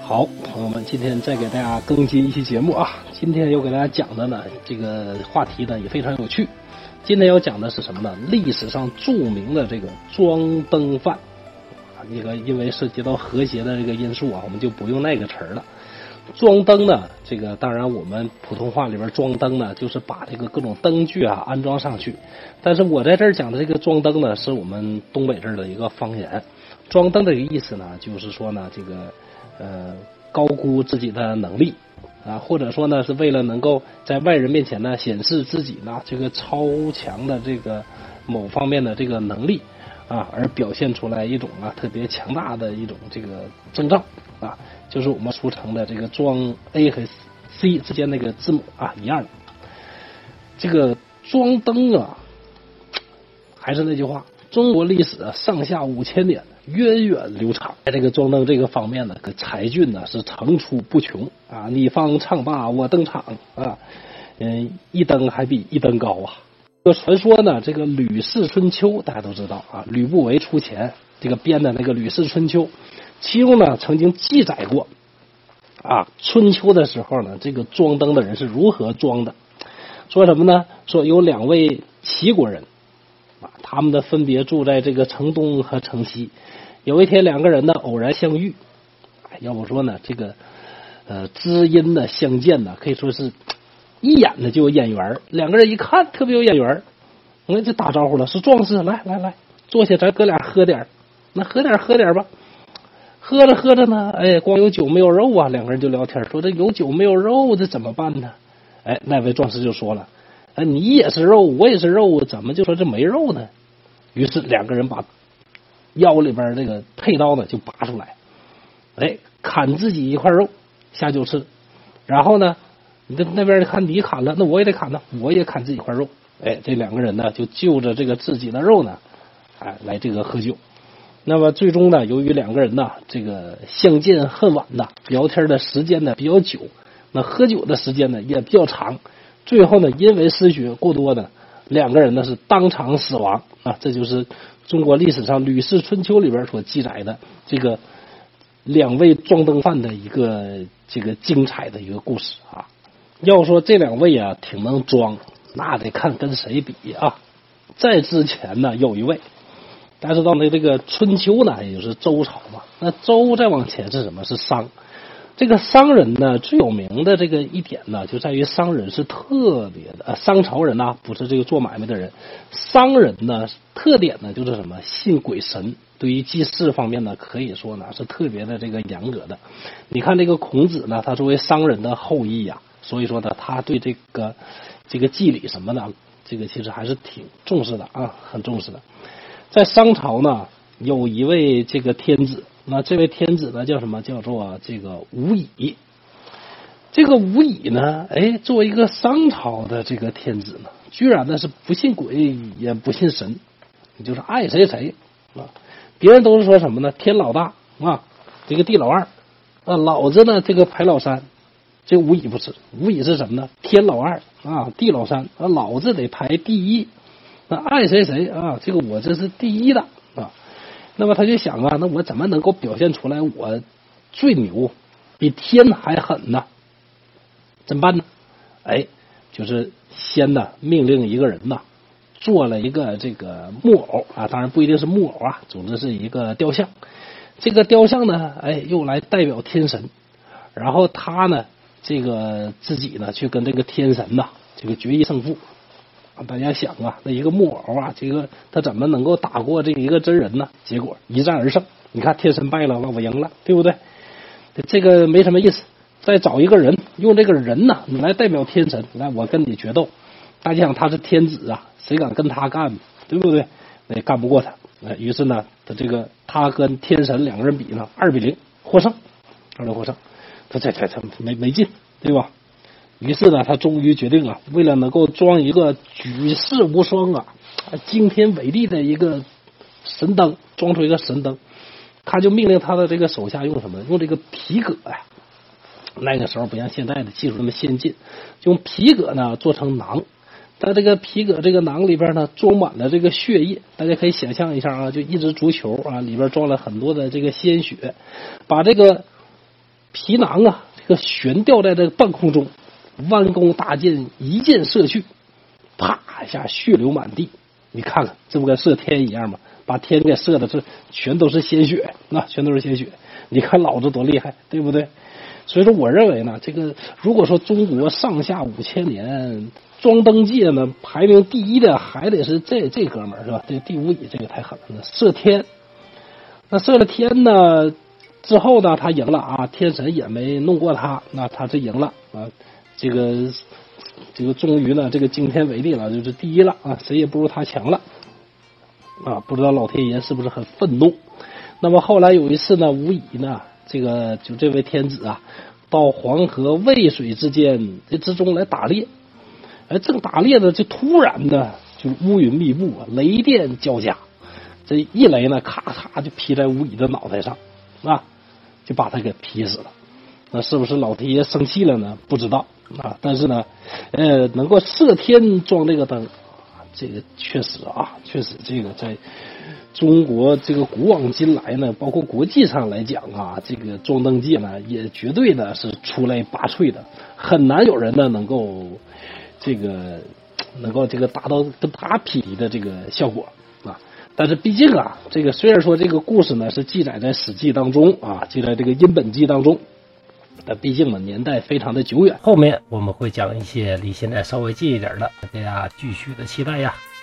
好，朋友们，今天再给大家更新一期节目啊。今天要给大家讲的呢，这个话题呢也非常有趣。今天要讲的是什么呢？历史上著名的这个装灯犯啊，这个因为涉及到和谐的这个因素啊，我们就不用那个词了。装灯呢，这个当然我们普通话里边装灯呢，就是把这个各种灯具啊安装上去。但是我在这儿讲的这个装灯呢，是我们东北这儿的一个方言。装灯的一个意思呢，就是说呢，这个高估自己的能力啊，或者说呢，是为了能够在外人面前呢显示自己呢这个超强的这个某方面的这个能力啊，而表现出来一种啊特别强大的一种这个征兆啊，就是我们俗称的这个装 A 和 C 之间那个字母啊一样的。这个装灯啊，还是那句话，中国历史上下5000年。源远流长，在这个装灯这个方面呢，才俊呢是层出不穷啊！你方唱罢我登场啊，一登还比一登高啊！这个传说呢，这个《吕氏春秋》大家都知道啊，吕不韦出钱这个编的那个《吕氏春秋》，其中呢曾经记载过啊，春秋的时候呢，这个装灯的人是如何装的？说什么呢？说有2位齐国人。他们的分别住在这个城东和城西。有一天，2个人呢偶然相遇，要不说呢，这个知音的相见呢，可以说是一眼的就有眼缘。2个人一看特别有眼缘，那就打招呼了，说壮士，来，坐下，咱哥俩喝点。那喝点吧。喝着呢，哎，光有酒没有肉啊，2个人就聊天，说这有酒没有肉，这怎么办呢？哎，那位壮士就说了。你也是肉，我也是肉，怎么就说这没肉呢？于是2个人把腰里边这个佩刀呢就拔出来，哎，砍自己一块肉下酒吃。然后呢，那边看你砍了，那我也得砍呢，我也砍自己一块肉。哎，这2个人呢就就着这个自己的肉呢，哎，来这个喝酒。那么最终呢，由于2个人呢这个相见恨晚的，聊天的时间呢比较久，那喝酒的时间呢也比较长。最后呢，因为失血过多的2个人呢是当场死亡啊！这就是中国历史上《吕氏春秋》里边所记载的这个2位装灯犯的一个这个精彩的一个故事啊。要说这2位啊挺能装，那得看跟谁比啊。在之前呢有一位，大家知道呢，这个春秋呢也就是周朝嘛，那周再往前是什么？是商。这个商人呢，最有名的这个一点呢，就在于商人是特别的，商朝人呢不是这个做买卖的人，商人呢特点呢就是什么？信鬼神，对于祭祀方面呢，可以说呢是特别的这个严格的。你看这个孔子呢，他作为商人的后裔呀，所以说呢，他对这个祭礼什么的，这个其实还是挺重视的啊，很重视的。在商朝呢，有一位这个天子。那这位天子呢叫什么？叫做这个吴乙。这个吴乙呢，哎，作为一个商朝的这个天子呢，居然呢是不信鬼也不信神，就是爱谁谁啊。别人都是说什么呢？天老大啊，这个地老二啊，老子呢这个排老三。这吴乙不是，吴乙是什么呢？天老二啊，地老三啊，老子得排第一。那爱谁谁啊，这个我这是第一的啊。那么他就想啊，那我怎么能够表现出来我最牛，比天还狠呢？怎么办呢？哎，就是先呢命令一个人呢做了一个这个木偶啊，当然不一定是木偶啊，总之是一个雕像。这个雕像呢，哎，用来代表天神，然后他呢这个自己呢去跟这个天神呐这个决一胜负。大家想啊，那一个木偶啊，这个他怎么能够打过这一个真人呢？结果一战而胜，你看天神败了，我赢了，对不对？这个没什么意思，再找一个人，用这个人呢，你来代表天神，来我跟你决斗。大家想他是天子啊，谁敢跟他干，对不对？也干不过他。于是呢，他跟天神2个人比呢，2-0获胜，2-0获胜。他没劲，对吧？于是呢，他终于决定啊，为了能够装一个举世无双啊、惊天伟地的一个神灯，装出一个神灯，他就命令他的这个手下用什么？用这个皮革呀。那个时候不像现在的技术那么先进，用皮革呢做成囊，在这个皮革这个囊里边呢装满了这个血液，大家可以想象一下啊，就一只足球啊，里边装了很多的这个鲜血，把这个皮囊啊，这个悬吊在这个半空中，弯弓搭箭，一箭射去，啪一下血流满地。你看看，这不跟射天一样吗？把天给射的这全都是鲜血，全都是鲜血。你看老子多厉害，对不对？所以说，我认为呢，这个如果说中国上下5000年装灯界呢，排名第一的还得是这哥们儿是吧？这第五乙这个太狠了，射天。那射了天呢之后呢，他赢了啊，天神也没弄过他，那他是赢了啊，这个终于呢，这个惊天伟地了，就是第一了啊，谁也不如他强了啊！不知道老天爷是不是很愤怒？那么后来有一次呢，吴乙呢，这位天子啊，到黄河渭水之间之中来打猎，正打猎呢，就突然呢，就乌云密布啊，雷电交加，这一雷呢，咔嚓就劈在吴乙的脑袋上啊，就把他给劈死了。那是不是老天爷生气了呢？不知道啊，但是呢，能够射天装这个灯，这个确实这个在中国这个古往今来呢，包括国际上来讲啊，这个装灯界呢，也绝对呢是出类拔萃的，很难有人呢能够这个达到跟他匹敌的这个效果啊。但是毕竟啊，这个虽然说这个故事呢是记载在《史记》当中啊，记载这个《殷本纪》当中。但毕竟呢，年代非常的久远，后面我们会讲一些离现在稍微近一点的，大家继续的期待呀。